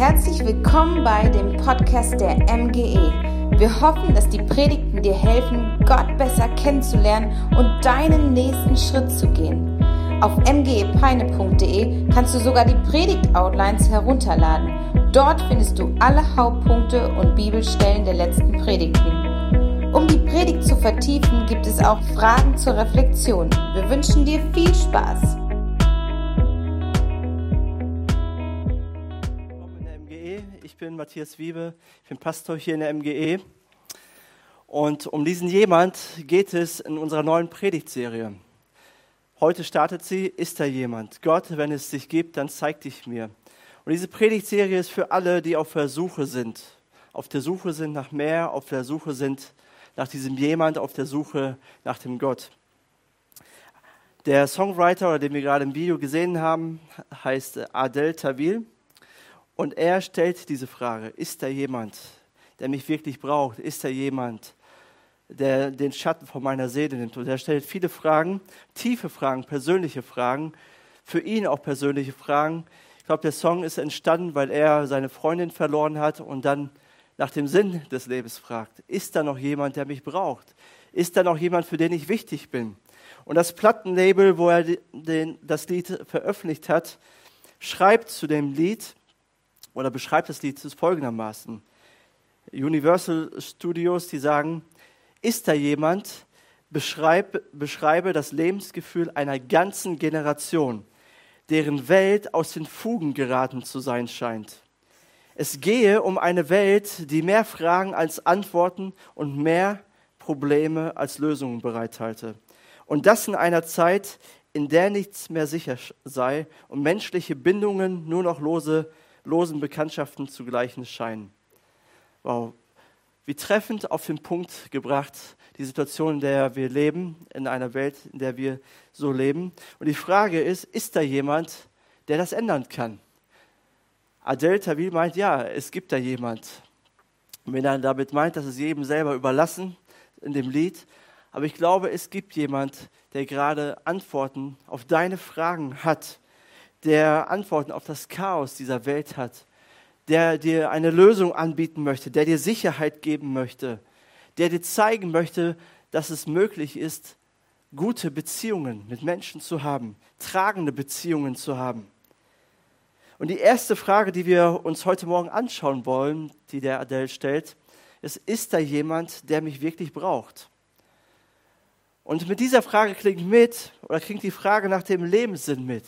Herzlich willkommen bei dem Podcast der MGE. Wir hoffen, dass die Predigten dir helfen, Gott besser kennenzulernen und deinen nächsten Schritt zu gehen. Auf mgepeine.de kannst du sogar die Predigt-Outlines herunterladen. Dort findest du alle Hauptpunkte und Bibelstellen der letzten Predigten. Um die Predigt zu vertiefen, gibt es auch Fragen zur Reflexion. Wir wünschen dir viel Spaß. Ich bin Matthias Wiebe, ich bin Pastor hier in der MGE und um diesen jemand geht es in unserer neuen Predigtserie. Heute startet sie, ist da jemand? Gott, wenn es dich gibt, dann zeig dich mir. Und diese Predigtserie ist für alle, die auf der Suche sind nach mehr, auf der Suche sind nach diesem jemand, auf der Suche nach dem Gott. Der Songwriter, oder den wir gerade im Video gesehen haben, heißt Adel Tawil. Und er stellt diese Frage, ist da jemand, der mich wirklich braucht? Ist da jemand, der den Schatten von meiner Seele nimmt? Und er stellt viele Fragen, tiefe Fragen, persönliche Fragen, für ihn auch persönliche Fragen. Ich glaube, der Song ist entstanden, weil er seine Freundin verloren hat und dann nach dem Sinn des Lebens fragt. Ist da noch jemand, der mich braucht? Ist da noch jemand, für den ich wichtig bin? Und das Plattenlabel, wo er das Lied veröffentlicht hat, schreibt zu dem Lied, oder beschreibt das Lied folgendermaßen. Universal Studios, die sagen, ist da jemand, beschreibe das Lebensgefühl einer ganzen Generation, deren Welt aus den Fugen geraten zu sein scheint. Es gehe um eine Welt, die mehr Fragen als Antworten und mehr Probleme als Lösungen bereithalte. Und das in einer Zeit, in der nichts mehr sicher sei und menschliche Bindungen nur noch losen Bekanntschaften zu gleichen scheinen. Wow, wie treffend auf den Punkt gebracht, die Situation, in der wir leben, in einer Welt, in der wir so leben. Und die Frage ist da jemand, der das ändern kann? Adel Tawil meint, ja, es gibt da jemand. Und wenn er damit meint, dass es jedem selber überlassen in dem Lied, aber ich glaube, es gibt jemand, der gerade Antworten auf deine Fragen hat, der Antworten auf das Chaos dieser Welt hat, der dir eine Lösung anbieten möchte, der dir Sicherheit geben möchte, der dir zeigen möchte, dass es möglich ist, gute Beziehungen mit Menschen zu haben, tragende Beziehungen zu haben. Und die erste Frage, die wir uns heute Morgen anschauen wollen, die der Adel stellt, ist da jemand, der mich wirklich braucht? Und mit dieser Frage klingt die Frage nach dem Lebenssinn mit.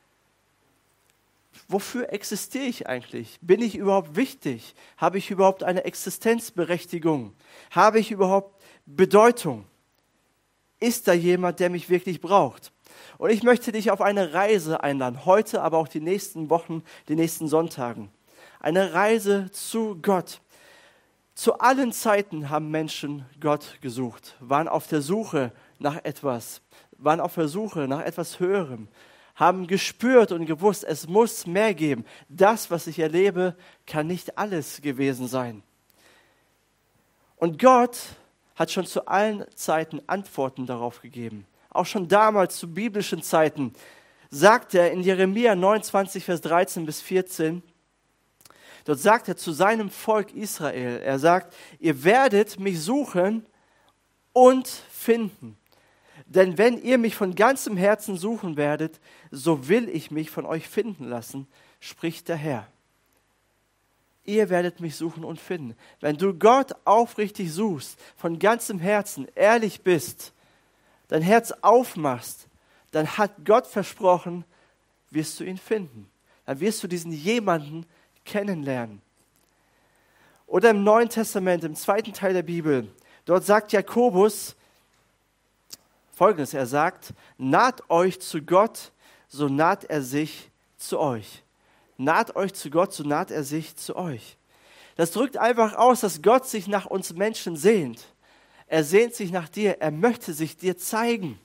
Wofür existiere ich eigentlich? Bin ich überhaupt wichtig? Habe ich überhaupt eine Existenzberechtigung? Habe ich überhaupt Bedeutung? Ist da jemand, der mich wirklich braucht? Und ich möchte dich auf eine Reise einladen, heute, aber auch die nächsten Wochen, die nächsten Sonntagen. Eine Reise zu Gott. Zu allen Zeiten haben Menschen Gott gesucht, waren auf der Suche nach etwas Höherem. Haben gespürt und gewusst, es muss mehr geben. Das, was ich erlebe, kann nicht alles gewesen sein. Und Gott hat schon zu allen Zeiten Antworten darauf gegeben. Auch schon damals, zu biblischen Zeiten, sagt er in Jeremia 29, Vers 13 bis 14, dort sagt er zu seinem Volk Israel, er sagt, ihr werdet mich suchen und finden. Denn wenn ihr mich von ganzem Herzen suchen werdet, so will ich mich von euch finden lassen, spricht der Herr. Ihr werdet mich suchen und finden. Wenn du Gott aufrichtig suchst, von ganzem Herzen ehrlich bist, dein Herz aufmachst, dann hat Gott versprochen, wirst du ihn finden. Dann wirst du diesen jemanden kennenlernen. Oder im Neuen Testament, im 2. Teil der Bibel, dort sagt Jakobus Folgendes, er sagt, naht euch zu Gott, so naht er sich zu euch. Naht euch zu Gott, so naht er sich zu euch. Das drückt einfach aus, dass Gott sich nach uns Menschen sehnt. Er sehnt sich nach dir, er möchte sich dir zeigen.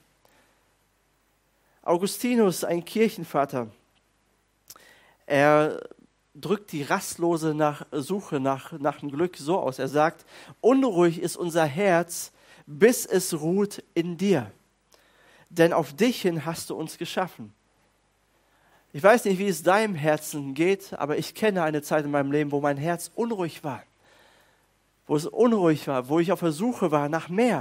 Augustinus, ein Kirchenvater, er drückt die rastlose Suche nach dem Glück so aus. Er sagt, unruhig ist unser Herz, bis es ruht in dir. Denn auf dich hin hast du uns geschaffen. Ich weiß nicht, wie es deinem Herzen geht, aber ich kenne eine Zeit in meinem Leben, wo mein Herz unruhig war. Wo es unruhig war, wo ich auf der Suche war nach mehr,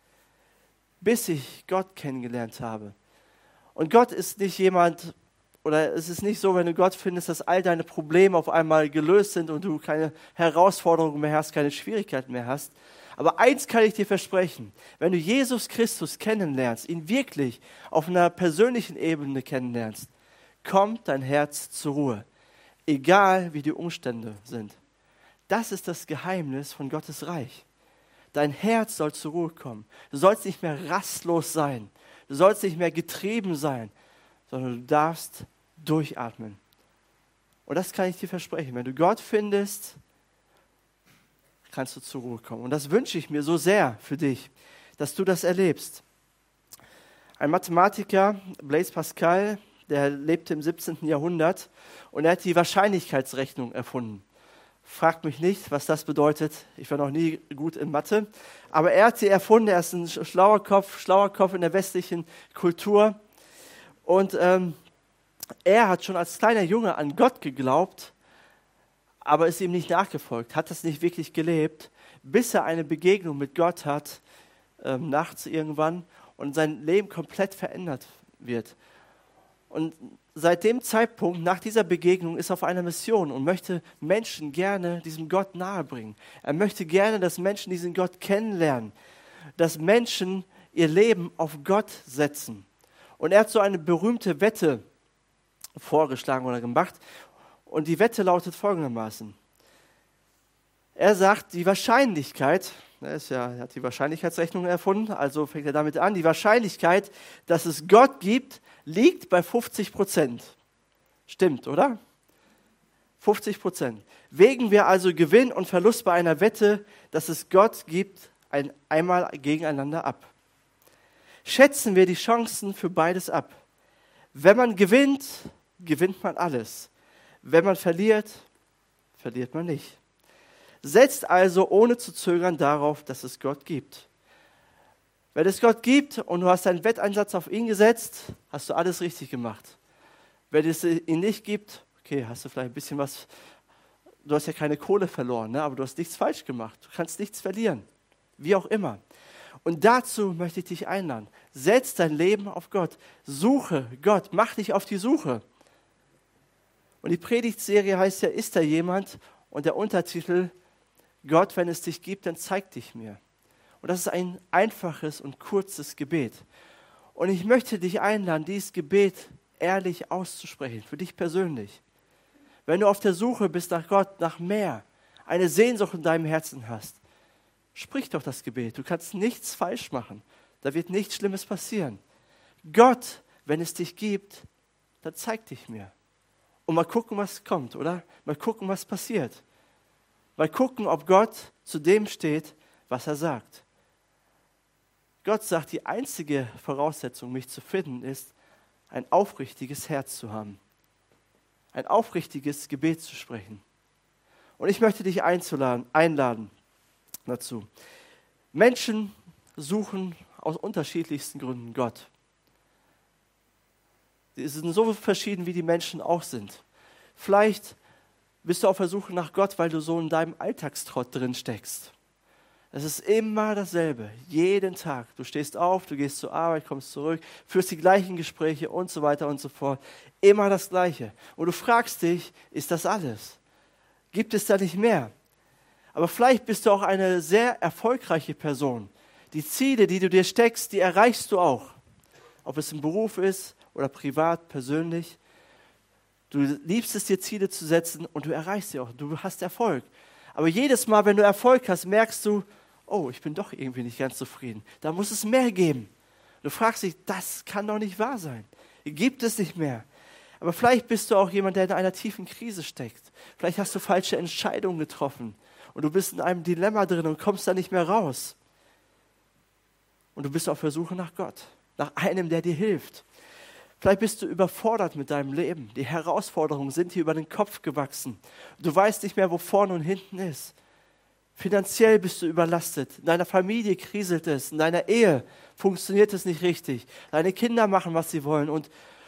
bis ich Gott kennengelernt habe. Und Gott ist nicht jemand, oder es ist nicht so, wenn du Gott findest, dass all deine Probleme auf einmal gelöst sind und du keine Herausforderungen mehr hast, keine Schwierigkeiten mehr hast. Aber eins kann ich dir versprechen, wenn du Jesus Christus kennenlernst, ihn wirklich auf einer persönlichen Ebene kennenlernst, kommt dein Herz zur Ruhe, egal wie die Umstände sind. Das ist das Geheimnis von Gottes Reich. Dein Herz soll zur Ruhe kommen. Du sollst nicht mehr rastlos sein. Du sollst nicht mehr getrieben sein, sondern du darfst durchatmen. Und das kann ich dir versprechen. Wenn du Gott findest, kannst du zur Ruhe kommen. Und das wünsche ich mir so sehr für dich, dass du das erlebst. Ein Mathematiker, Blaise Pascal, der lebte im 17. Jahrhundert und er hat die Wahrscheinlichkeitsrechnung erfunden. Fragt mich nicht, was das bedeutet. Ich war noch nie gut in Mathe. Aber er hat sie erfunden. Er ist ein schlauer Kopf in der westlichen Kultur. Und er hat schon als kleiner Junge an Gott geglaubt, aber ist ihm nicht nachgefolgt, hat das nicht wirklich gelebt, bis er eine Begegnung mit Gott hat, nachts irgendwann, und sein Leben komplett verändert wird. Und seit dem Zeitpunkt, nach dieser Begegnung, ist er auf einer Mission und möchte Menschen gerne diesem Gott nahebringen. Er möchte gerne, dass Menschen diesen Gott kennenlernen, dass Menschen ihr Leben auf Gott setzen. Und er hat so eine berühmte Wette vorgeschlagen oder gemacht. Und die Wette lautet folgendermaßen. Er sagt, die Wahrscheinlichkeit, er hat die Wahrscheinlichkeitsrechnung erfunden, also fängt er damit an, die Wahrscheinlichkeit, dass es Gott gibt, liegt bei 50%. Stimmt, oder? 50%. Wägen wir also Gewinn und Verlust bei einer Wette, dass es Gott gibt, einmal gegeneinander ab. Schätzen wir die Chancen für beides ab. Wenn man gewinnt, gewinnt man alles. Wenn man verliert, verliert man nicht. Setzt also ohne zu zögern darauf, dass es Gott gibt. Wenn es Gott gibt und du hast deinen Wetteinsatz auf ihn gesetzt, hast du alles richtig gemacht. Wenn es ihn nicht gibt, okay, hast du vielleicht ein bisschen was, du hast ja keine Kohle verloren, ne? Aber du hast nichts falsch gemacht. Du kannst nichts verlieren, wie auch immer. Und dazu möchte ich dich einladen. Setz dein Leben auf Gott. Suche Gott, mach dich auf die Suche. Und die Predigtserie heißt ja, ist da jemand? Und der Untertitel, Gott, wenn es dich gibt, dann zeig dich mir. Und das ist ein einfaches und kurzes Gebet. Und ich möchte dich einladen, dieses Gebet ehrlich auszusprechen, für dich persönlich. Wenn du auf der Suche bist nach Gott, nach mehr, eine Sehnsucht in deinem Herzen hast, sprich doch das Gebet. Du kannst nichts falsch machen. Da wird nichts Schlimmes passieren. Gott, wenn es dich gibt, dann zeig dich mir. Und mal gucken, was kommt, oder? Mal gucken, was passiert. Mal gucken, ob Gott zu dem steht, was er sagt. Gott sagt, die einzige Voraussetzung, mich zu finden, ist, ein aufrichtiges Herz zu haben. Ein aufrichtiges Gebet zu sprechen. Und ich möchte dich einladen dazu. Menschen suchen aus unterschiedlichsten Gründen Gott. Die sind so verschieden, wie die Menschen auch sind. Vielleicht bist du auf der Suche nach Gott, weil du so in deinem Alltagstrott drin steckst. Es ist immer dasselbe, jeden Tag. Du stehst auf, du gehst zur Arbeit, kommst zurück, führst die gleichen Gespräche und so weiter und so fort. Immer das Gleiche. Und du fragst dich, ist das alles? Gibt es da nicht mehr? Aber vielleicht bist du auch eine sehr erfolgreiche Person. Die Ziele, die du dir steckst, die erreichst du auch. Ob es im Beruf ist oder privat, persönlich. Du liebst es, dir Ziele zu setzen und du erreichst sie auch. Du hast Erfolg. Aber jedes Mal, wenn du Erfolg hast, merkst du, oh, ich bin doch irgendwie nicht ganz zufrieden. Da muss es mehr geben. Du fragst dich, das kann doch nicht wahr sein. Gibt es nicht mehr. Aber vielleicht bist du auch jemand, der in einer tiefen Krise steckt. Vielleicht hast du falsche Entscheidungen getroffen und du bist in einem Dilemma drin und kommst da nicht mehr raus. Und du bist auf der Suche nach Gott, nach einem, der dir hilft. Vielleicht bist du überfordert mit deinem Leben. Die Herausforderungen sind dir über den Kopf gewachsen. Du weißt nicht mehr, wo vorne und hinten ist. Finanziell bist du überlastet. In deiner Familie kriselt es. In deiner Ehe funktioniert es nicht richtig. Deine Kinder machen, was sie wollen. Und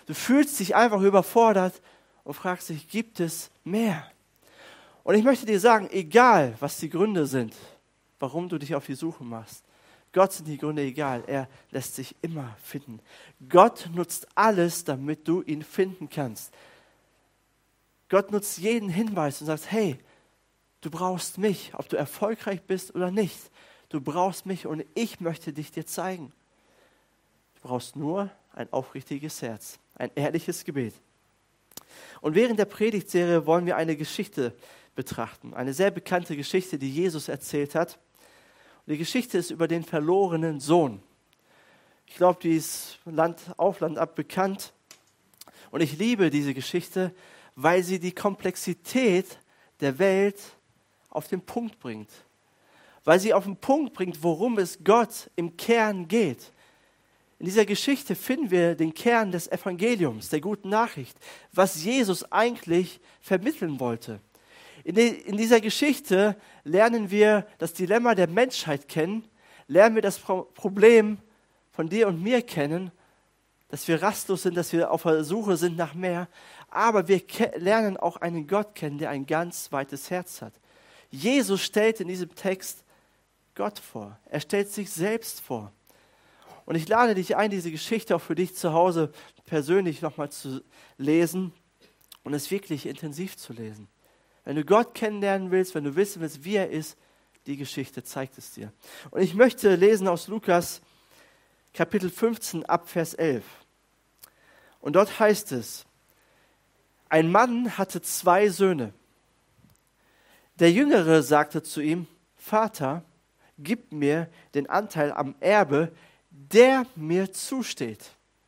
Du fühlst dich einfach überfordert und fragst dich, gibt es mehr? Und ich möchte dir sagen, egal was die Gründe sind, warum du dich auf die Suche machst, Gott sind die Gründe egal. Er lässt sich immer finden. Gott nutzt alles, damit du ihn finden kannst. Gott nutzt jeden Hinweis und sagt, hey, du brauchst mich, ob du erfolgreich bist oder nicht. Du brauchst mich und ich möchte dich dir zeigen. Du brauchst nur ein aufrichtiges Herz, ein ehrliches Gebet. Und während der Predigtserie wollen wir eine Geschichte betrachten. Eine sehr bekannte Geschichte, die Jesus erzählt hat. Und die Geschichte ist über den verlorenen Sohn. Ich glaube, die ist Land auf, Land ab bekannt. Und ich liebe diese Geschichte, weil sie die Komplexität der Welt auf den Punkt bringt. Weil sie auf den Punkt bringt, worum es Gott im Kern geht. In dieser Geschichte finden wir den Kern des Evangeliums, der guten Nachricht, was Jesus eigentlich vermitteln wollte. In dieser Geschichte lernen wir das Dilemma der Menschheit kennen, lernen wir das Problem von dir und mir kennen, dass wir rastlos sind, dass wir auf der Suche sind nach mehr, aber wir lernen auch einen Gott kennen, der ein ganz weites Herz hat. Jesus stellt in diesem Text Gott vor, er stellt sich selbst vor. Und ich lade dich ein, diese Geschichte auch für dich zu Hause persönlich nochmal zu lesen und es wirklich intensiv zu lesen. Wenn du Gott kennenlernen willst, wenn du wissen willst, wie er ist, die Geschichte zeigt es dir. Und ich möchte lesen aus Lukas Kapitel 15 ab Vers 11. Und dort heißt es, ein Mann hatte 2 Söhne. Der Jüngere sagte zu ihm, Vater, gib mir den Anteil am Erbe, der mir zusteht.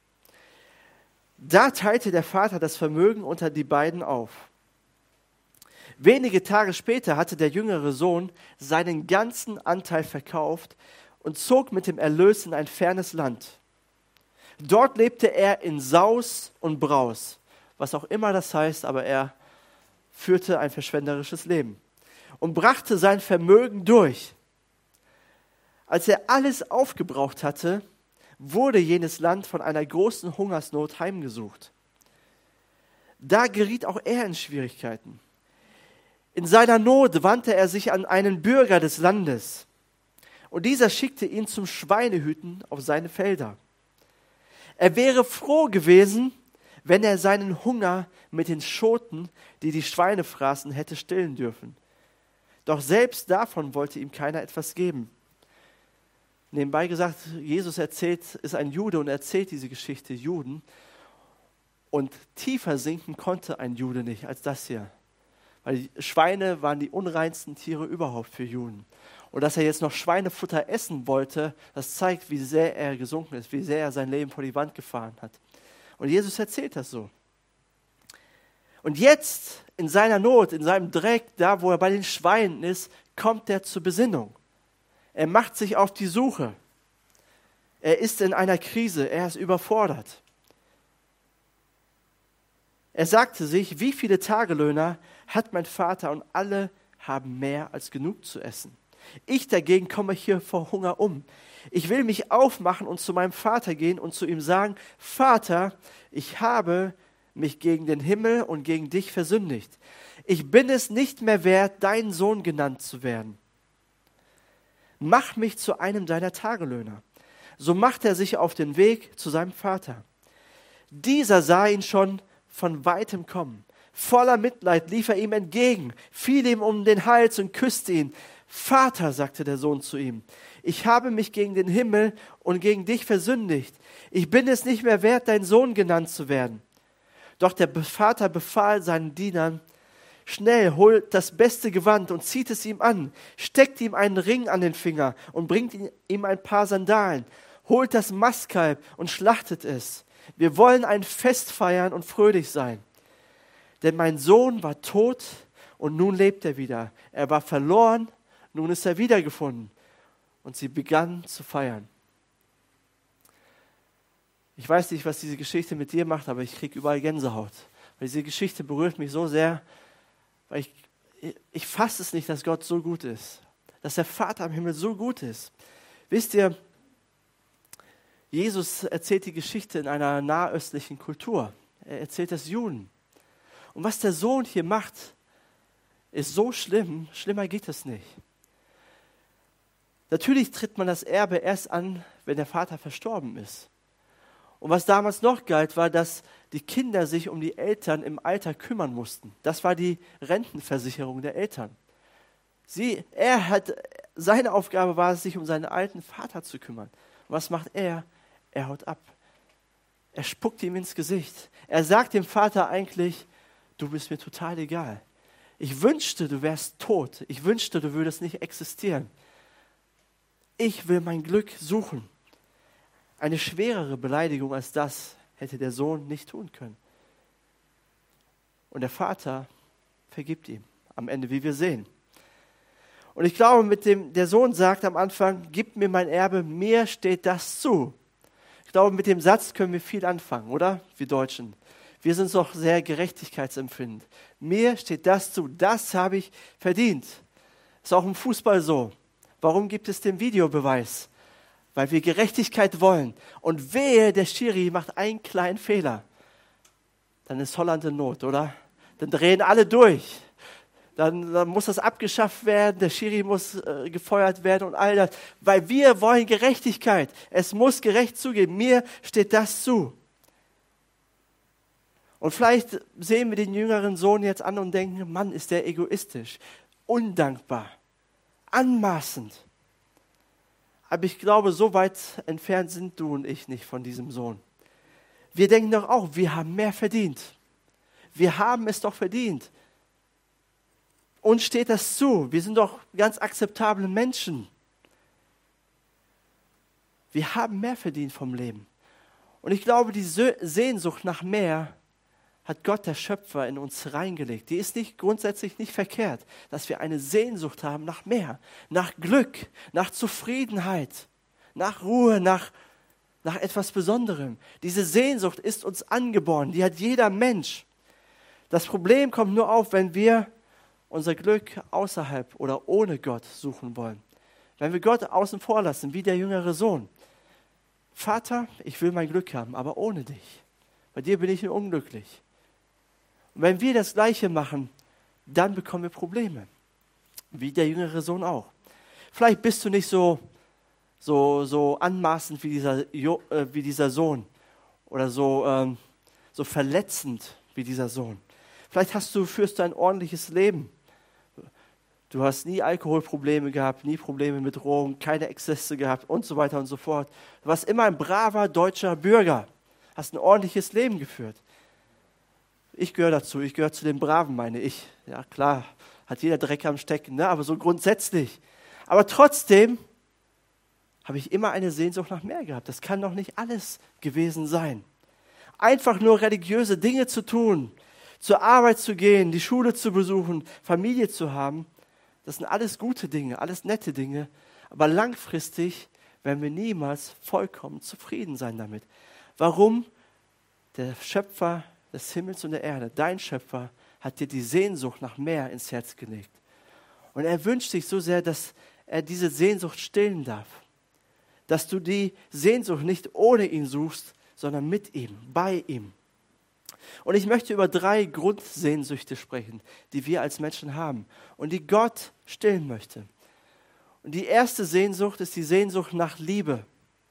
Da teilte der Vater das Vermögen unter die beiden auf. Wenige Tage später hatte der jüngere Sohn seinen ganzen Anteil verkauft und zog mit dem Erlös in ein fernes Land. Dort lebte er in Saus und Braus, was auch immer das heißt, aber er führte ein verschwenderisches Leben und brachte sein Vermögen durch. Als er alles aufgebraucht hatte, wurde jenes Land von einer großen Hungersnot heimgesucht. Da geriet auch er in Schwierigkeiten. In seiner Not wandte er sich an einen Bürger des Landes und dieser schickte ihn zum Schweinehüten auf seine Felder. Er wäre froh gewesen, wenn er seinen Hunger mit den Schoten, die die Schweine fraßen, hätte stillen dürfen. Doch selbst davon wollte ihm keiner etwas geben. Nebenbei gesagt, Jesus ist ein Jude und erzählt diese Geschichte Juden. Und tiefer sinken konnte ein Jude nicht als das hier. Weil die Schweine waren die unreinsten Tiere überhaupt für Juden. Und dass er jetzt noch Schweinefutter essen wollte, das zeigt, wie sehr er gesunken ist, wie sehr er sein Leben vor die Wand gefahren hat. Und Jesus erzählt das so. Und jetzt, in seiner Not, in seinem Dreck, da wo er bei den Schweinen ist, kommt er zur Besinnung. Er macht sich auf die Suche. Er ist in einer Krise, er ist überfordert. Er sagte sich, wie viele Tagelöhner hat mein Vater und alle haben mehr als genug zu essen. Ich dagegen komme hier vor Hunger um. Ich will mich aufmachen und zu meinem Vater gehen und zu ihm sagen, Vater, ich habe mich gegen den Himmel und gegen dich versündigt. Ich bin es nicht mehr wert, dein Sohn genannt zu werden. Mach mich zu einem deiner Tagelöhner. So macht er sich auf den Weg zu seinem Vater. Dieser sah ihn schon von weitem kommen. Voller Mitleid lief er ihm entgegen, fiel ihm um den Hals und küsste ihn. Vater, sagte der Sohn zu ihm, ich habe mich gegen den Himmel und gegen dich versündigt. Ich bin es nicht mehr wert, dein Sohn genannt zu werden. Doch der Vater befahl seinen Dienern, schnell, holt das beste Gewand und zieht es ihm an, steckt ihm einen Ring an den Finger und bringt ihm ein paar Sandalen, holt das Mastkalb und schlachtet es. Wir wollen ein Fest feiern und fröhlich sein. Denn mein Sohn war tot und nun lebt er wieder. Er war verloren, nun ist er wiedergefunden. Und sie begannen zu feiern. Ich weiß nicht, was diese Geschichte mit dir macht, aber ich kriege überall Gänsehaut. Weil diese Geschichte berührt mich so sehr, weil ich fasse es nicht, dass Gott so gut ist. Dass der Vater im Himmel so gut ist. Wisst ihr, Jesus erzählt die Geschichte in einer nahöstlichen Kultur. Er erzählt das Juden. Und was der Sohn hier macht, ist so schlimm, schlimmer geht es nicht. Natürlich tritt man das Erbe erst an, wenn der Vater verstorben ist. Und was damals noch galt, war, dass die Kinder sich um die Eltern im Alter kümmern mussten. Das war die Rentenversicherung der Eltern. Seine Aufgabe war es, sich um seinen alten Vater zu kümmern. Und was macht er? Er haut ab. Er spuckt ihm ins Gesicht. Er sagt dem Vater eigentlich, du bist mir total egal. Ich wünschte, du wärst tot. Ich wünschte, du würdest nicht existieren. Ich will mein Glück suchen. Eine schwerere Beleidigung als das hätte der Sohn nicht tun können. Und der Vater vergibt ihm am Ende, wie wir sehen. Und ich glaube, der Sohn sagt am Anfang, gib mir mein Erbe, mir steht das zu. Ich glaube, mit dem Satz können wir viel anfangen, oder? Wir Deutschen. Wir sind doch sehr gerechtigkeitsempfindend. Mir steht das zu, das habe ich verdient. Ist auch im Fußball so. Warum gibt es den Videobeweis? Weil wir Gerechtigkeit wollen. Und wehe, der Schiri macht einen kleinen Fehler. Dann ist Holland in Not, oder? Dann drehen alle durch. Dann muss das abgeschafft werden, der Schiri muss gefeuert werden und all das. Weil wir wollen Gerechtigkeit. Es muss gerecht zugehen. Mir steht das zu. Und vielleicht sehen wir den jüngeren Sohn jetzt an und denken, Mann, ist der egoistisch, undankbar, anmaßend. Aber ich glaube, so weit entfernt sind du und ich nicht von diesem Sohn. Wir denken doch auch, wir haben mehr verdient. Wir haben es doch verdient. Uns steht das zu. Wir sind doch ganz akzeptable Menschen. Wir haben mehr verdient vom Leben. Und ich glaube, die Sehnsucht nach mehr hat Gott, der Schöpfer, in uns reingelegt. Die ist grundsätzlich nicht verkehrt, dass wir eine Sehnsucht haben nach mehr, nach Glück, nach Zufriedenheit, nach Ruhe, nach etwas Besonderem. Diese Sehnsucht ist uns angeboren, die hat jeder Mensch. Das Problem kommt nur auf, wenn wir unser Glück außerhalb oder ohne Gott suchen wollen. Wenn wir Gott außen vor lassen, wie der jüngere Sohn. Vater, ich will mein Glück haben, aber ohne dich. Bei dir bin ich nur unglücklich. Und wenn wir das Gleiche machen, dann bekommen wir Probleme. Wie der jüngere Sohn auch. Vielleicht bist du nicht so anmaßend wie dieser Sohn. Oder so verletzend wie dieser Sohn. Vielleicht führst du ein ordentliches Leben. Du hast nie Alkoholprobleme gehabt, nie Probleme mit Drogen, keine Exzesse gehabt und so weiter und so fort. Du warst immer ein braver deutscher Bürger. Hast ein ordentliches Leben geführt. Ich gehöre dazu, ich gehöre zu den Braven, meine ich. Ja, klar, hat jeder Dreck am Stecken, ne? Aber so grundsätzlich. Aber trotzdem habe ich immer eine Sehnsucht nach mehr gehabt. Das kann doch nicht alles gewesen sein. Einfach nur religiöse Dinge zu tun, zur Arbeit zu gehen, die Schule zu besuchen, Familie zu haben, das sind alles gute Dinge, alles nette Dinge. Aber langfristig werden wir niemals vollkommen zufrieden sein damit. Warum? Der Schöpfer des Himmels und der Erde, dein Schöpfer, hat dir die Sehnsucht nach mehr ins Herz gelegt. Und er wünscht sich so sehr, dass er diese Sehnsucht stillen darf. Dass du die Sehnsucht nicht ohne ihn suchst, sondern mit ihm, bei ihm. Und ich möchte über 3 Grundsehnsüchte sprechen, die wir als Menschen haben und die Gott stillen möchte. Und die erste Sehnsucht ist die Sehnsucht nach Liebe.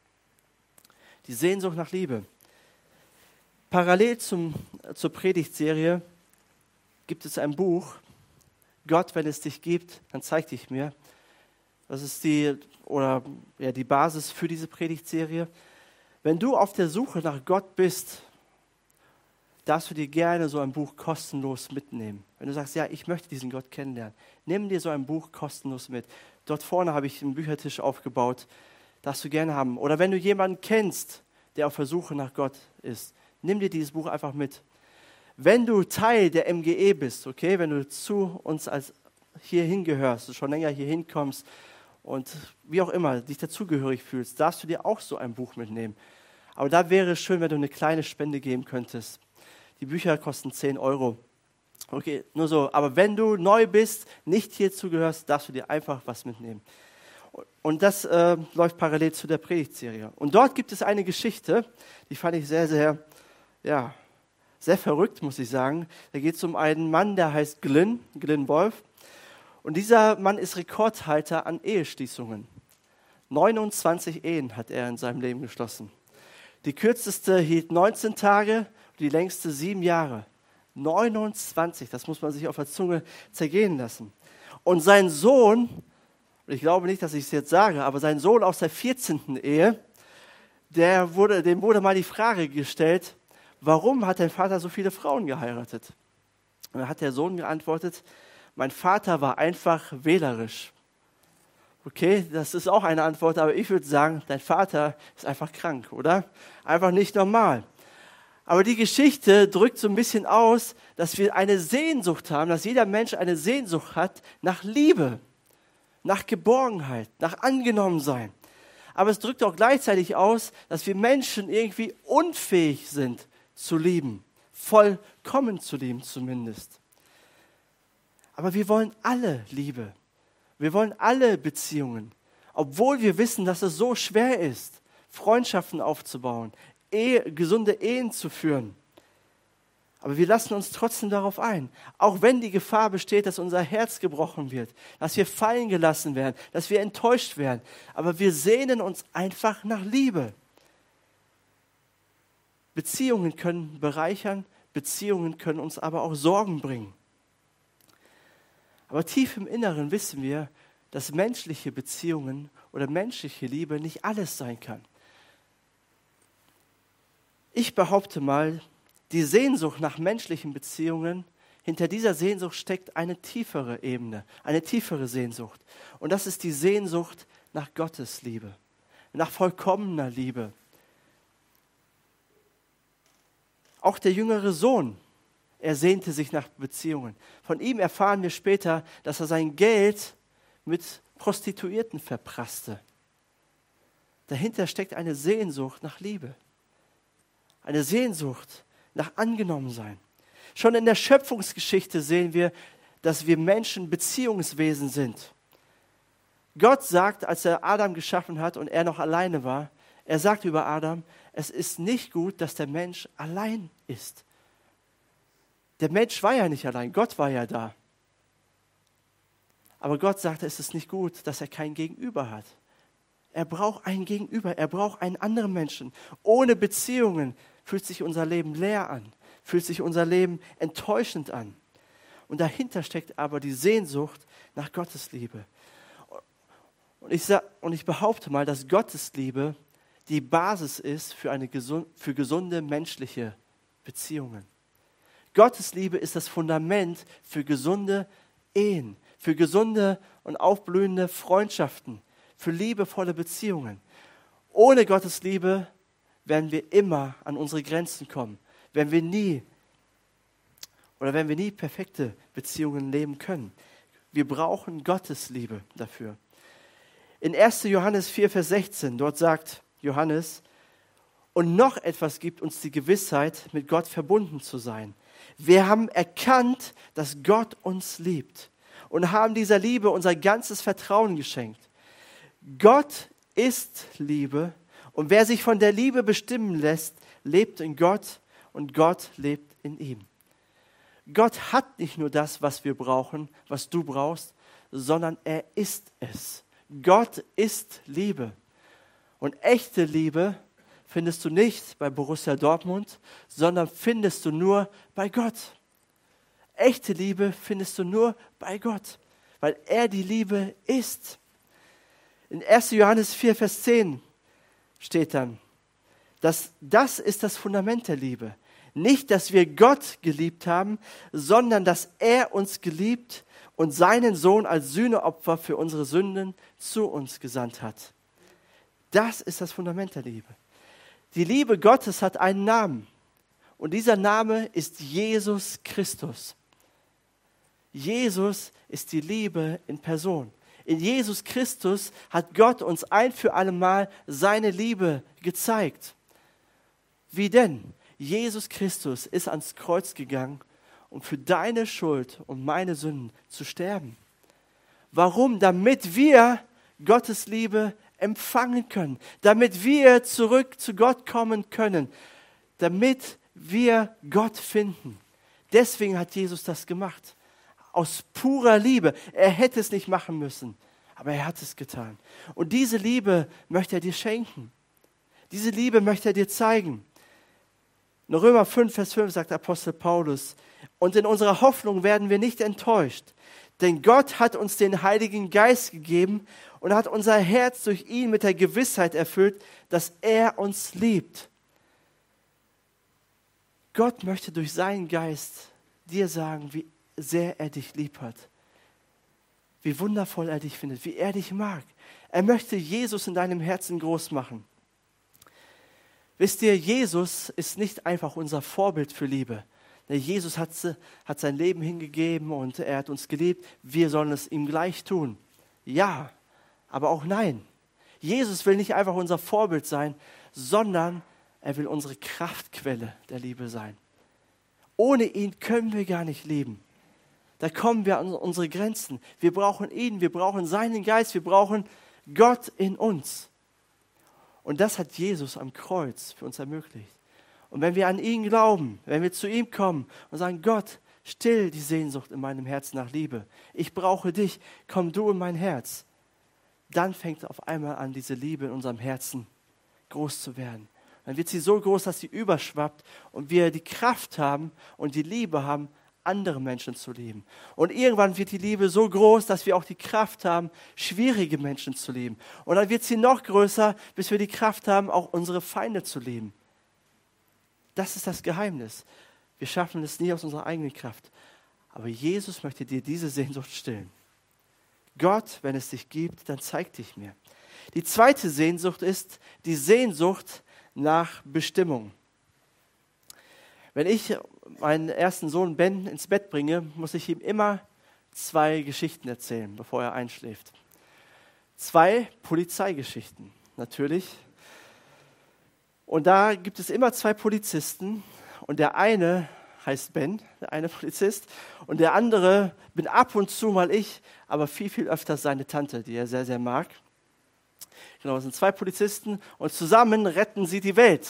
Die Sehnsucht nach Liebe. Parallel zur Predigtserie gibt es ein Buch, Gott, wenn es dich gibt, dann zeig dich mir. Das ist die Basis für diese Predigtserie. Wenn du auf der Suche nach Gott bist, darfst du dir gerne so ein Buch kostenlos mitnehmen. Wenn du sagst, ja, ich möchte diesen Gott kennenlernen, nimm dir so ein Buch kostenlos mit. Dort vorne habe ich einen Büchertisch aufgebaut, darfst du gerne haben. Oder wenn du jemanden kennst, der auf der Suche nach Gott ist, nimm dir dieses Buch einfach mit. Wenn du Teil der MGE bist, okay, wenn du zu uns als hier hingehörst, du schon länger hier hinkommst und wie auch immer dich dazugehörig fühlst, darfst du dir auch so ein Buch mitnehmen. Aber da wäre es schön, wenn du eine kleine Spende geben könntest. Die Bücher kosten 10 €. Okay, nur so. Aber wenn du neu bist, nicht hierzu gehörst, darfst du dir einfach was mitnehmen. Und das läuft parallel zu der Predigtserie. Und dort gibt es eine Geschichte, die fand ich sehr, sehr, sehr verrückt, muss ich sagen. Da geht es um einen Mann, der heißt Glyn Wolf. Und dieser Mann ist Rekordhalter an Eheschließungen. 29 Ehen hat er in seinem Leben geschlossen. Die kürzeste hielt 19 Tage, die längste 7 Jahre. 29, das muss man sich auf der Zunge zergehen lassen. Und sein Sohn, ich glaube nicht, dass ich es jetzt sage, aber sein Sohn aus der 14. Ehe, dem wurde mal die Frage gestellt, warum hat dein Vater so viele Frauen geheiratet? Und dann hat der Sohn geantwortet, mein Vater war einfach wählerisch. Okay, das ist auch eine Antwort, aber ich würde sagen, dein Vater ist einfach krank, oder? Einfach nicht normal. Aber die Geschichte drückt so ein bisschen aus, dass wir eine Sehnsucht haben, dass jeder Mensch eine Sehnsucht hat nach Liebe, nach Geborgenheit, nach Angenommensein. Aber es drückt auch gleichzeitig aus, dass wir Menschen irgendwie unfähig sind zu lieben, vollkommen zu lieben zumindest. Aber wir wollen alle Liebe. Wir wollen alle Beziehungen, obwohl wir wissen, dass es so schwer ist, Freundschaften aufzubauen, gesunde Ehen zu führen. Aber wir lassen uns trotzdem darauf ein, auch wenn die Gefahr besteht, dass unser Herz gebrochen wird, dass wir fallen gelassen werden, dass wir enttäuscht werden. Aber wir sehnen uns einfach nach Liebe. Beziehungen können bereichern, Beziehungen können uns aber auch Sorgen bringen. Aber tief im Inneren wissen wir, dass menschliche Beziehungen oder menschliche Liebe nicht alles sein kann. Ich behaupte mal, die Sehnsucht nach menschlichen Beziehungen, hinter dieser Sehnsucht steckt eine tiefere Ebene, eine tiefere Sehnsucht. Und das ist die Sehnsucht nach Gottes Liebe, nach vollkommener Liebe. Auch der jüngere Sohn, er sehnte sich nach Beziehungen. Von ihm erfahren wir später, dass er sein Geld mit Prostituierten verprasste. Dahinter steckt eine Sehnsucht nach Liebe. Eine Sehnsucht nach Angenommensein. Schon in der Schöpfungsgeschichte sehen wir, dass wir Menschen Beziehungswesen sind. Gott sagt, als er Adam geschaffen hat und er noch alleine war, er sagt über Adam, es ist nicht gut, dass der Mensch allein ist. Der Mensch war ja nicht allein, Gott war ja da. Aber Gott sagte, es ist nicht gut, dass er kein Gegenüber hat. Er braucht ein Gegenüber, er braucht einen anderen Menschen. Ohne Beziehungen fühlt sich unser Leben leer an, fühlt sich unser Leben enttäuschend an. Und dahinter steckt aber die Sehnsucht nach Gottes Liebe. Und ich behaupte mal, dass Gottes Liebe die Basis ist für gesunde menschliche Beziehungen. Gottes Liebe ist das Fundament für gesunde Ehen, für gesunde und aufblühende Freundschaften, für liebevolle Beziehungen. Ohne Gottes Liebe werden wir immer an unsere Grenzen kommen, wenn wir nie perfekte Beziehungen leben können. Wir brauchen Gottes Liebe dafür. In 1. Johannes 4, Vers 16, dort sagt Johannes, und noch etwas gibt uns die Gewissheit, mit Gott verbunden zu sein. Wir haben erkannt, dass Gott uns liebt und haben dieser Liebe unser ganzes Vertrauen geschenkt. Gott ist Liebe und wer sich von der Liebe bestimmen lässt, lebt in Gott und Gott lebt in ihm. Gott hat nicht nur das, was wir brauchen, was du brauchst, sondern er ist es. Gott ist Liebe. Und echte Liebe findest du nicht bei Borussia Dortmund, sondern findest du nur bei Gott. Echte Liebe findest du nur bei Gott, weil er die Liebe ist. In 1. Johannes 4, Vers 10 steht dann, dass das ist das Fundament der Liebe. Nicht, dass wir Gott geliebt haben, sondern dass er uns geliebt und seinen Sohn als Sühneopfer für unsere Sünden zu uns gesandt hat. Das ist das Fundament der Liebe. Die Liebe Gottes hat einen Namen und dieser Name ist Jesus Christus. Jesus ist die Liebe in Person. In Jesus Christus hat Gott uns ein für alle Mal seine Liebe gezeigt. Wie denn? Jesus Christus ist ans Kreuz gegangen, um für deine Schuld und meine Sünden zu sterben. Warum? Damit wir Gottes Liebe empfangen können, damit wir zurück zu Gott kommen können, damit wir Gott finden. Deswegen hat Jesus das gemacht. Aus purer Liebe. Er hätte es nicht machen müssen, aber er hat es getan. Und diese Liebe möchte er dir schenken. Diese Liebe möchte er dir zeigen. In Römer 5, Vers 5 sagt Apostel Paulus, und in unserer Hoffnung werden wir nicht enttäuscht, denn Gott hat uns den Heiligen Geist gegeben und hat unser Herz durch ihn mit der Gewissheit erfüllt, dass er uns liebt. Gott möchte durch seinen Geist dir sagen, wie sehr er dich lieb hat, wie wundervoll er dich findet, wie er dich mag. Er möchte Jesus in deinem Herzen groß machen. Wisst ihr, Jesus ist nicht einfach unser Vorbild für Liebe. Jesus hat sein Leben hingegeben und er hat uns geliebt. Wir sollen es ihm gleich tun. Ja, aber auch nein. Jesus will nicht einfach unser Vorbild sein, sondern er will unsere Kraftquelle der Liebe sein. Ohne ihn können wir gar nicht lieben. Da kommen wir an unsere Grenzen. Wir brauchen ihn, wir brauchen seinen Geist, wir brauchen Gott in uns. Und das hat Jesus am Kreuz für uns ermöglicht. Und wenn wir an ihn glauben, wenn wir zu ihm kommen und sagen, Gott, still die Sehnsucht in meinem Herzen nach Liebe. Ich brauche dich, komm du in mein Herz. Dann fängt auf einmal an, diese Liebe in unserem Herzen groß zu werden. Dann wird sie so groß, dass sie überschwappt und wir die Kraft haben und die Liebe haben, andere Menschen zu lieben. Und irgendwann wird die Liebe so groß, dass wir auch die Kraft haben, schwierige Menschen zu lieben. Und dann wird sie noch größer, bis wir die Kraft haben, auch unsere Feinde zu lieben. Das ist das Geheimnis. Wir schaffen es nie aus unserer eigenen Kraft. Aber Jesus möchte dir diese Sehnsucht stillen. Gott, wenn es dich gibt, dann zeig dich mir. Die zweite Sehnsucht ist die Sehnsucht nach Bestimmung. Wenn ich meinen ersten Sohn Ben ins Bett bringe, muss ich ihm immer 2 Geschichten erzählen, bevor er einschläft. 2 Polizeigeschichten, natürlich. Und da gibt es immer 2 Polizisten und der eine heißt Ben, der eine Polizist, und der andere bin ab und zu mal ich, aber viel, viel öfter seine Tante, die er sehr, sehr mag. Genau, es sind 2 Polizisten und zusammen retten sie die Welt.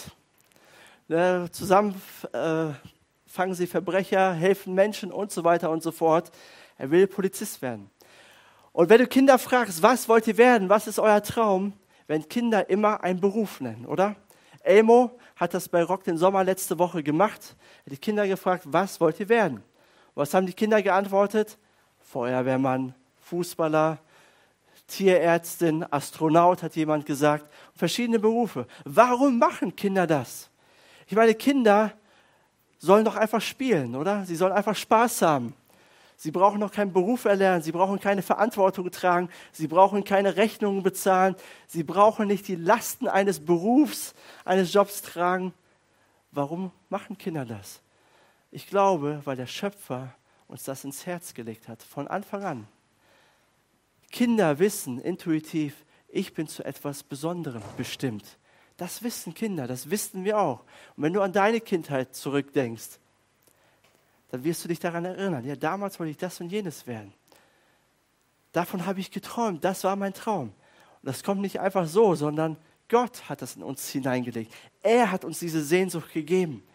Zusammen fangen sie Verbrecher, helfen Menschen und so weiter und so fort. Er will Polizist werden. Und wenn du Kinder fragst, was wollt ihr werden, was ist euer Traum, werden Kinder immer einen Beruf nennen, oder? Elmo hat das bei Rock den Sommer letzte Woche gemacht. Er hat die Kinder gefragt, was wollt ihr werden? Was haben die Kinder geantwortet? Feuerwehrmann, Fußballer, Tierärztin, Astronaut, hat jemand gesagt. Verschiedene Berufe. Warum machen Kinder das? Ich meine, Kinder sollen doch einfach spielen, oder? Sie sollen einfach Spaß haben. Sie brauchen noch keinen Beruf erlernen, sie brauchen keine Verantwortung tragen, sie brauchen keine Rechnungen bezahlen, sie brauchen nicht die Lasten eines Berufs, eines Jobs tragen. Warum machen Kinder das? Ich glaube, weil der Schöpfer uns das ins Herz gelegt hat, von Anfang an. Kinder wissen intuitiv, ich bin zu etwas Besonderem bestimmt. Das wissen Kinder, das wissen wir auch. Und wenn du an deine Kindheit zurückdenkst, dann wirst du dich daran erinnern, ja, damals wollte ich das und jenes werden. Davon habe ich geträumt, das war mein Traum. Und das kommt nicht einfach so, sondern Gott hat das in uns hineingelegt. Er hat uns diese Sehnsucht gegeben.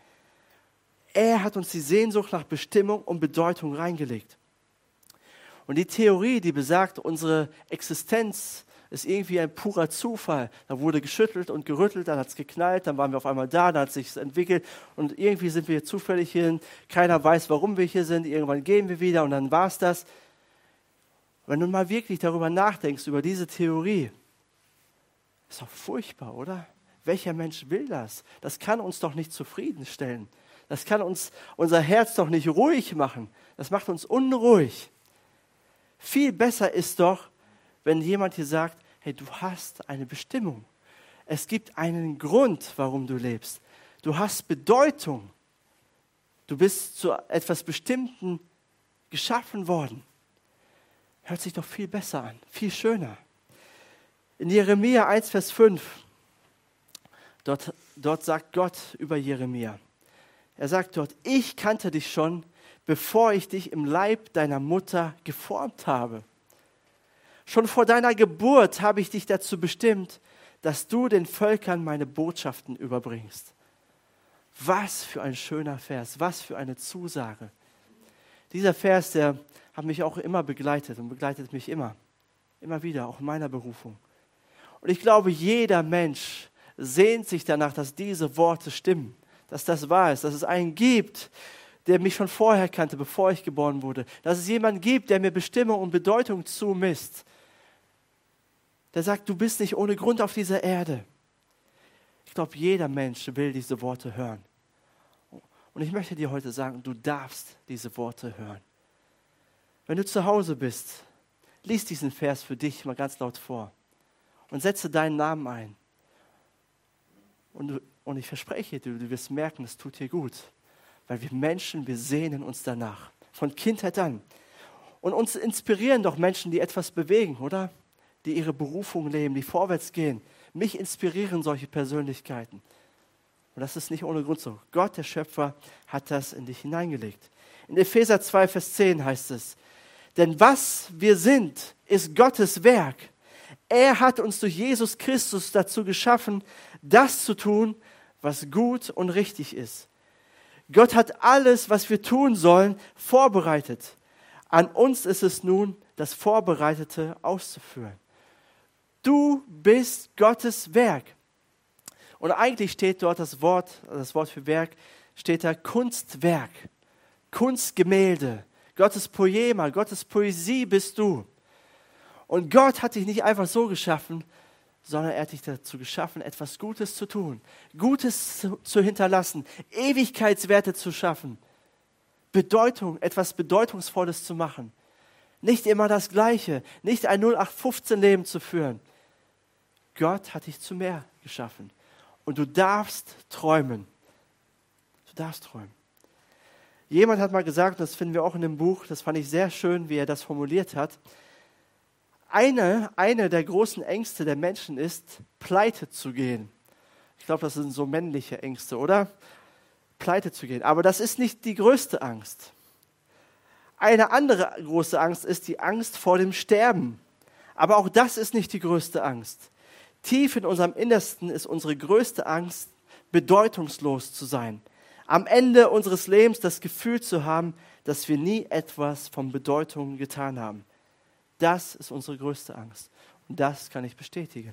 Er hat uns die Sehnsucht nach Bestimmung und Bedeutung reingelegt. Und die Theorie, die besagt, unsere Existenz ist irgendwie ein purer Zufall. Da wurde geschüttelt und gerüttelt, dann hat es geknallt, dann waren wir auf einmal da, dann hat es sich entwickelt und irgendwie sind wir zufällig hierhin. Keiner weiß, warum wir hier sind. Irgendwann gehen wir wieder und dann war es das. Wenn du mal wirklich darüber nachdenkst, über diese Theorie, ist doch furchtbar, oder? Welcher Mensch will das? Das kann uns doch nicht zufriedenstellen. Das kann uns unser Herz doch nicht ruhig machen. Das macht uns unruhig. Viel besser ist doch, wenn jemand hier sagt, hey, du hast eine Bestimmung. Es gibt einen Grund, warum du lebst. Du hast Bedeutung. Du bist zu etwas Bestimmten geschaffen worden. Hört sich doch viel besser an, viel schöner. In Jeremia 1, Vers 5, dort sagt Gott über Jeremia. Er sagt dort, ich kannte dich schon, bevor ich dich im Leib deiner Mutter geformt habe. Schon vor deiner Geburt habe ich dich dazu bestimmt, dass du den Völkern meine Botschaften überbringst. Was für ein schöner Vers, was für eine Zusage. Dieser Vers, der hat mich auch immer begleitet und begleitet mich immer wieder, auch in meiner Berufung. Und ich glaube, jeder Mensch sehnt sich danach, dass diese Worte stimmen, dass das wahr ist, dass es einen gibt, der mich schon vorher kannte, bevor ich geboren wurde, dass es jemanden gibt, der mir Bestimmung und Bedeutung zumisst, der sagt, du bist nicht ohne Grund auf dieser Erde. Ich glaube, jeder Mensch will diese Worte hören. Und ich möchte dir heute sagen, du darfst diese Worte hören. Wenn du zu Hause bist, lies diesen Vers für dich mal ganz laut vor und setze deinen Namen ein. Und ich verspreche dir, du wirst merken, es tut dir gut. Weil wir Menschen, wir sehnen uns danach. Von Kindheit an. Und uns inspirieren doch Menschen, die etwas bewegen, oder? Die ihre Berufung leben, die vorwärts gehen. Mich inspirieren solche Persönlichkeiten. Und das ist nicht ohne Grund so. Gott, der Schöpfer, hat das in dich hineingelegt. In Epheser 2, Vers 10 heißt es, denn was wir sind, ist Gottes Werk. Er hat uns durch Jesus Christus dazu geschaffen, das zu tun, was gut und richtig ist. Gott hat alles, was wir tun sollen, vorbereitet. An uns ist es nun, das Vorbereitete auszuführen. Du bist Gottes Werk. Und eigentlich steht dort das Wort für Werk, steht da Kunstwerk, Kunstgemälde, Gottes Poema, Gottes Poesie bist du. Und Gott hat dich nicht einfach so geschaffen, sondern er hat dich dazu geschaffen, etwas Gutes zu tun, Gutes zu hinterlassen, Ewigkeitswerte zu schaffen, etwas Bedeutungsvolles zu machen. Nicht immer das Gleiche, nicht ein 0815-Leben zu führen. Gott hat dich zu mehr geschaffen. Und du darfst träumen. Du darfst träumen. Jemand hat mal gesagt, das finden wir auch in dem Buch, das fand ich sehr schön, wie er das formuliert hat. Eine der großen Ängste der Menschen ist, pleite zu gehen. Ich glaube, das sind so männliche Ängste, oder? Pleite zu gehen. Aber das ist nicht die größte Angst. Eine andere große Angst ist die Angst vor dem Sterben. Aber auch das ist nicht die größte Angst. Tief in unserem Innersten ist unsere größte Angst, bedeutungslos zu sein. Am Ende unseres Lebens das Gefühl zu haben, dass wir nie etwas von Bedeutung getan haben. Das ist unsere größte Angst. Und das kann ich bestätigen.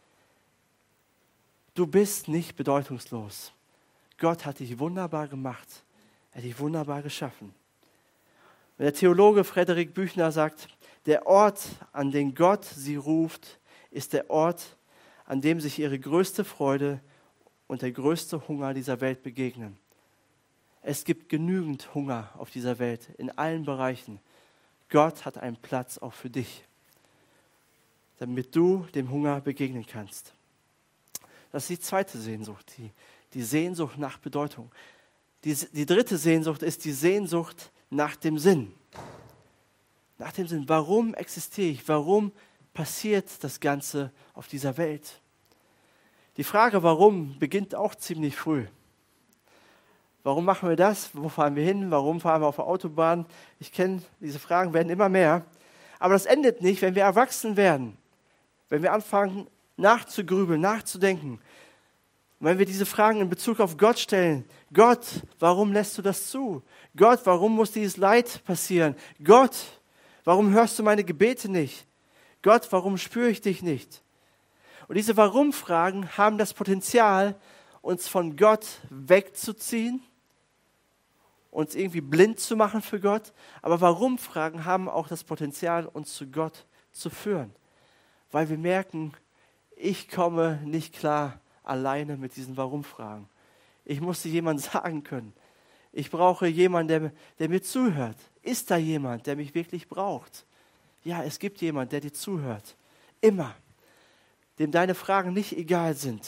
Du bist nicht bedeutungslos. Gott hat dich wunderbar gemacht. Er hat dich wunderbar geschaffen. Und der Theologe Frederik Büchner sagt, der Ort, an den Gott sie ruft, ist der Ort, an dem sich ihre größte Freude und der größte Hunger dieser Welt begegnen. Es gibt genügend Hunger auf dieser Welt, in allen Bereichen. Gott hat einen Platz auch für dich, damit du dem Hunger begegnen kannst. Das ist die zweite Sehnsucht, die Sehnsucht nach Bedeutung. Die dritte Sehnsucht ist die Sehnsucht nach dem Sinn. Nach dem Sinn. Warum existiere ich? Warum passiert das Ganze auf dieser Welt? Die Frage, warum, beginnt auch ziemlich früh. Warum machen wir das? Wo fahren wir hin? Warum fahren wir auf der Autobahn? Ich kenne, diese Fragen werden immer mehr. Aber das endet nicht, wenn wir erwachsen werden. Wenn wir anfangen nachzugrübeln, nachzudenken. Und wenn wir diese Fragen in Bezug auf Gott stellen. Gott, warum lässt du das zu? Gott, warum muss dieses Leid passieren? Gott, warum hörst du meine Gebete nicht? Gott, warum spüre ich dich nicht? Und diese Warum-Fragen haben das Potenzial, uns von Gott wegzuziehen, uns irgendwie blind zu machen für Gott. Aber Warum-Fragen haben auch das Potenzial, uns zu Gott zu führen. Weil wir merken, ich komme nicht klar alleine mit diesen Warum-Fragen. Ich muss sie jemandem sagen können. Ich brauche jemanden, der mir zuhört. Ist da jemand, der mich wirklich braucht? Ja, es gibt jemanden, der dir zuhört. Immer. Dem deine Fragen nicht egal sind.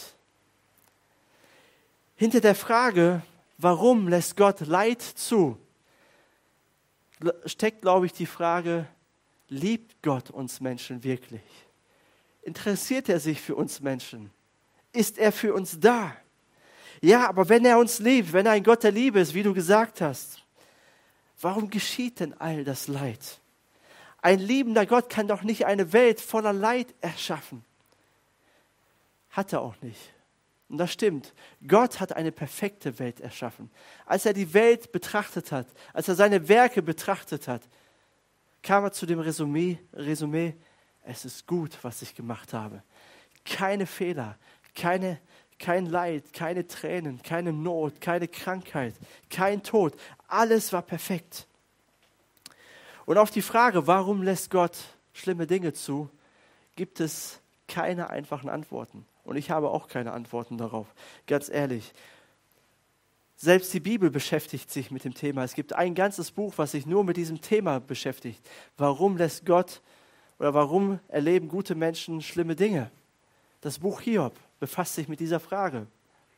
Hinter der Frage, warum lässt Gott Leid zu, steckt, glaube ich, die Frage, liebt Gott uns Menschen wirklich? Interessiert er sich für uns Menschen? Ist er für uns da? Ja, aber wenn er uns liebt, wenn er ein Gott der Liebe ist, wie du gesagt hast, warum geschieht denn all das Leid? Ein liebender Gott kann doch nicht eine Welt voller Leid erschaffen. Hat er auch nicht. Und das stimmt. Gott hat eine perfekte Welt erschaffen. Als er die Welt betrachtet hat, als er seine Werke betrachtet hat, kam er zu dem Resümee, es ist gut, was ich gemacht habe. Keine Fehler, kein Leid, keine Tränen, keine Not, keine Krankheit, kein Tod. Alles war perfekt. Und auf die Frage, warum lässt Gott schlimme Dinge zu, gibt es keine einfachen Antworten. Und ich habe auch keine Antworten darauf, ganz ehrlich. Selbst die Bibel beschäftigt sich mit dem Thema. Es gibt ein ganzes Buch, was sich nur mit diesem Thema beschäftigt. Warum lässt Gott oder warum erleben gute Menschen schlimme Dinge? Das Buch Hiob befasst sich mit dieser Frage.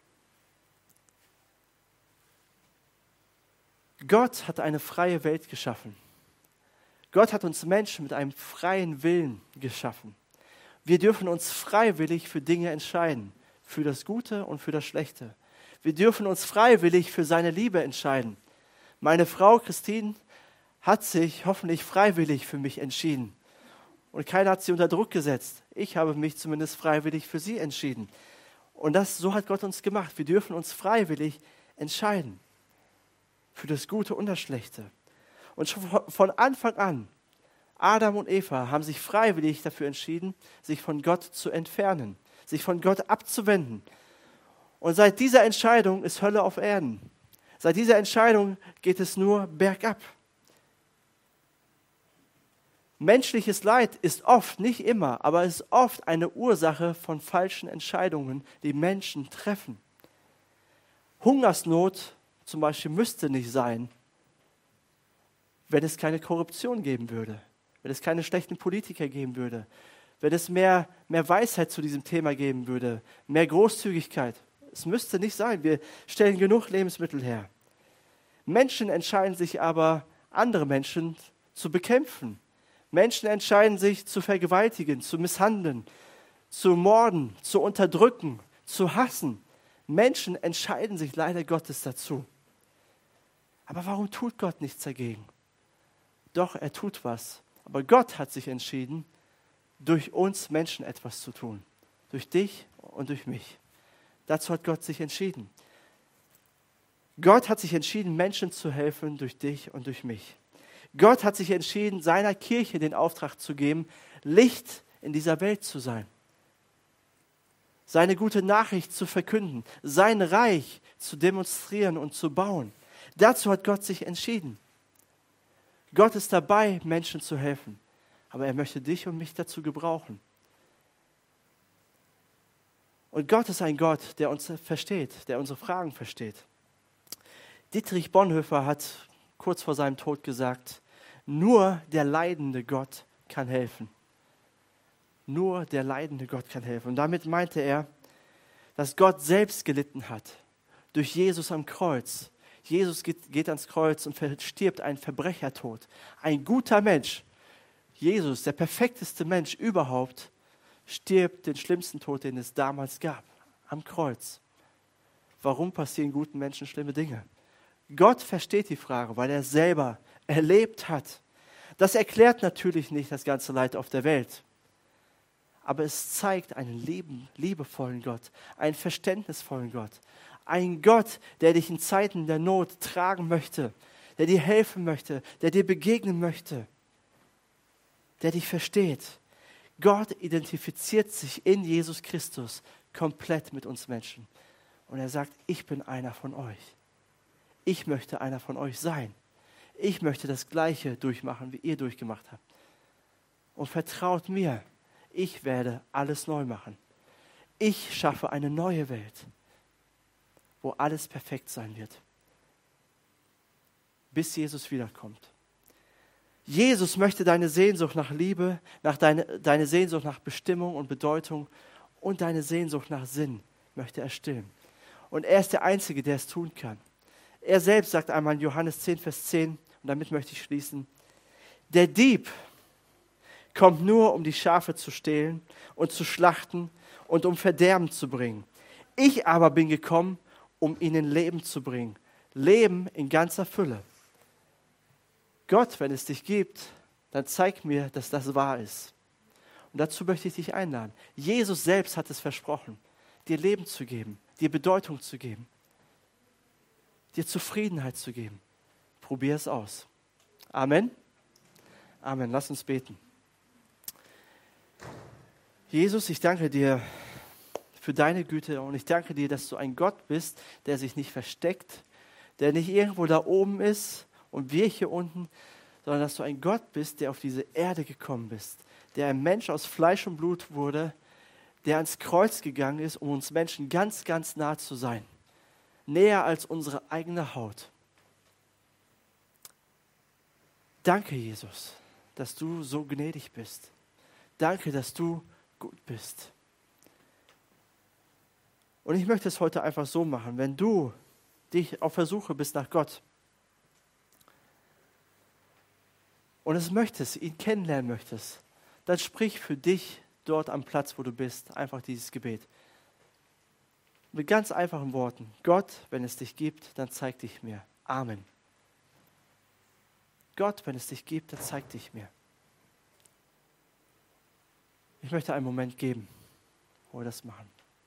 Gott hat eine freie Welt geschaffen. Gott hat uns Menschen mit einem freien Willen geschaffen. Wir dürfen uns freiwillig für Dinge entscheiden, für das Gute und für das Schlechte. Wir dürfen uns freiwillig für seine Liebe entscheiden. Meine Frau Christine hat sich hoffentlich freiwillig für mich entschieden. Und keiner hat sie unter Druck gesetzt. Ich habe mich zumindest freiwillig für sie entschieden. Und so hat Gott uns gemacht. Wir dürfen uns freiwillig entscheiden. Für das Gute und das Schlechte. Und schon von Anfang an, Adam und Eva haben sich freiwillig dafür entschieden, sich von Gott zu entfernen, sich von Gott abzuwenden. Und seit dieser Entscheidung ist Hölle auf Erden. Seit dieser Entscheidung geht es nur bergab. Menschliches Leid ist oft, nicht immer, aber ist oft eine Ursache von falschen Entscheidungen, die Menschen treffen. Hungersnot zum Beispiel müsste nicht sein, wenn es keine Korruption geben würde, wenn es keine schlechten Politiker geben würde, wenn es mehr Weisheit zu diesem Thema geben würde, mehr Großzügigkeit. Es müsste nicht sein. Wir stellen genug Lebensmittel her. Menschen entscheiden sich aber, andere Menschen zu bekämpfen. Menschen entscheiden sich zu vergewaltigen, zu misshandeln, zu morden, zu unterdrücken, zu hassen. Menschen entscheiden sich leider Gottes dazu. Aber warum tut Gott nichts dagegen? Doch, er tut was. Aber Gott hat sich entschieden, durch uns Menschen etwas zu tun. Durch dich und durch mich. Dazu hat Gott sich entschieden. Gott hat sich entschieden, Menschen zu helfen durch dich und durch mich. Gott hat sich entschieden, seiner Kirche den Auftrag zu geben, Licht in dieser Welt zu sein. Seine gute Nachricht zu verkünden, sein Reich zu demonstrieren und zu bauen. Dazu hat Gott sich entschieden. Gott ist dabei, Menschen zu helfen, aber er möchte dich und mich dazu gebrauchen. Und Gott ist ein Gott, der uns versteht, der unsere Fragen versteht. Dietrich Bonhoeffer hat kurz vor seinem Tod gesagt, nur der leidende Gott kann helfen. Nur der leidende Gott kann helfen. Und damit meinte er, dass Gott selbst gelitten hat durch Jesus am Kreuz. Jesus geht ans Kreuz und stirbt einen Verbrechertod. Ein guter Mensch, Jesus, der perfekteste Mensch überhaupt, stirbt den schlimmsten Tod, den es damals gab, am Kreuz. Warum passieren guten Menschen schlimme Dinge? Gott versteht die Frage, weil er selber erlebt hat. Das erklärt natürlich nicht das ganze Leid auf der Welt. Aber es zeigt einen liebevollen Gott, einen verständnisvollen Gott. Ein Gott, der dich in Zeiten der Not tragen möchte, der dir helfen möchte, der dir begegnen möchte, der dich versteht. Gott identifiziert sich in Jesus Christus komplett mit uns Menschen. Und er sagt, ich bin einer von euch. Ich möchte einer von euch sein. Ich möchte das Gleiche durchmachen, wie ihr durchgemacht habt. Und vertraut mir, ich werde alles neu machen. Ich schaffe eine neue Welt, wo alles perfekt sein wird, bis Jesus wiederkommt. Jesus möchte deine Sehnsucht nach Liebe, deine Sehnsucht nach Bestimmung und Bedeutung und deine Sehnsucht nach Sinn möchte er stillen. Und er ist der Einzige, der es tun kann. Er selbst sagt einmal in Johannes 10, Vers 10, und damit möchte ich schließen, der Dieb kommt nur, um die Schafe zu stehlen und zu schlachten und um Verderben zu bringen. Ich aber bin gekommen, um ihnen Leben zu bringen. Leben in ganzer Fülle. Gott, wenn es dich gibt, dann zeig mir, dass das wahr ist. Und dazu möchte ich dich einladen. Jesus selbst hat es versprochen, dir Leben zu geben, dir Bedeutung zu geben, dir Zufriedenheit zu geben. Probier es aus. Amen. Amen. Lass uns beten. Jesus, ich danke dir für deine Güte und ich danke dir, dass du ein Gott bist, der sich nicht versteckt, der nicht irgendwo da oben ist und wir hier unten, sondern dass du ein Gott bist, der auf diese Erde gekommen bist, der ein Mensch aus Fleisch und Blut wurde, der ans Kreuz gegangen ist, um uns Menschen ganz, ganz nah zu sein, näher als unsere eigene Haut. Danke, Jesus, dass du so gnädig bist. Danke, dass du gut bist. Und ich möchte es heute einfach so machen, wenn du dich auf der Suche bist nach Gott und es möchtest, ihn kennenlernen möchtest, dann sprich für dich dort am Platz, wo du bist, einfach dieses Gebet. Mit ganz einfachen Worten. Gott, wenn es dich gibt, dann zeig dich mir. Amen. Gott, wenn es dich gibt, dann zeig dich mir. Ich möchte einen Moment geben, wo wir das machen.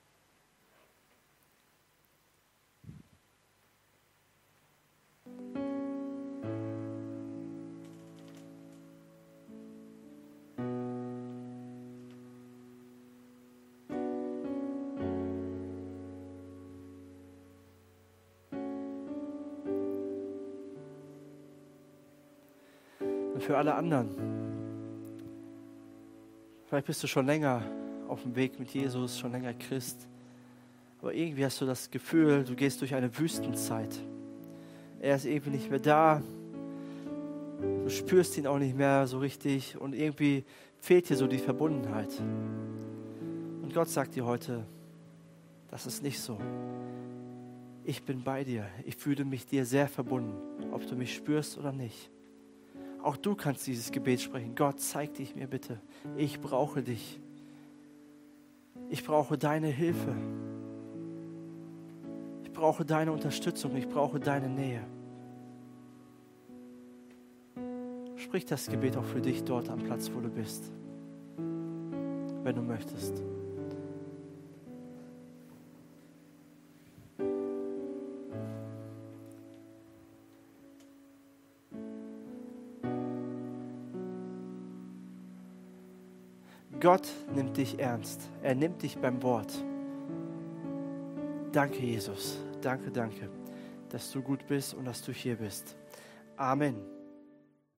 Und für alle anderen, vielleicht bist du schon länger auf dem Weg mit Jesus, schon länger Christ, aber irgendwie hast du das Gefühl, du gehst durch eine Wüstenzeit. Er ist irgendwie nicht mehr da, du spürst ihn auch nicht mehr so richtig und irgendwie fehlt dir so die Verbundenheit. Und Gott sagt dir heute, das ist nicht so. Ich bin bei dir, ich fühle mich dir sehr verbunden, ob du mich spürst oder nicht. Auch du kannst dieses Gebet sprechen. Gott, zeig dich mir bitte. Ich brauche dich. Ich brauche deine Hilfe. Ich brauche deine Unterstützung. Ich brauche deine Nähe. Sprich das Gebet auch für dich dort am Platz, wo du bist, wenn du möchtest. Gott nimmt dich ernst. Er nimmt dich beim Wort. Danke, Jesus. Danke, danke, dass du gut bist und dass du hier bist. Amen.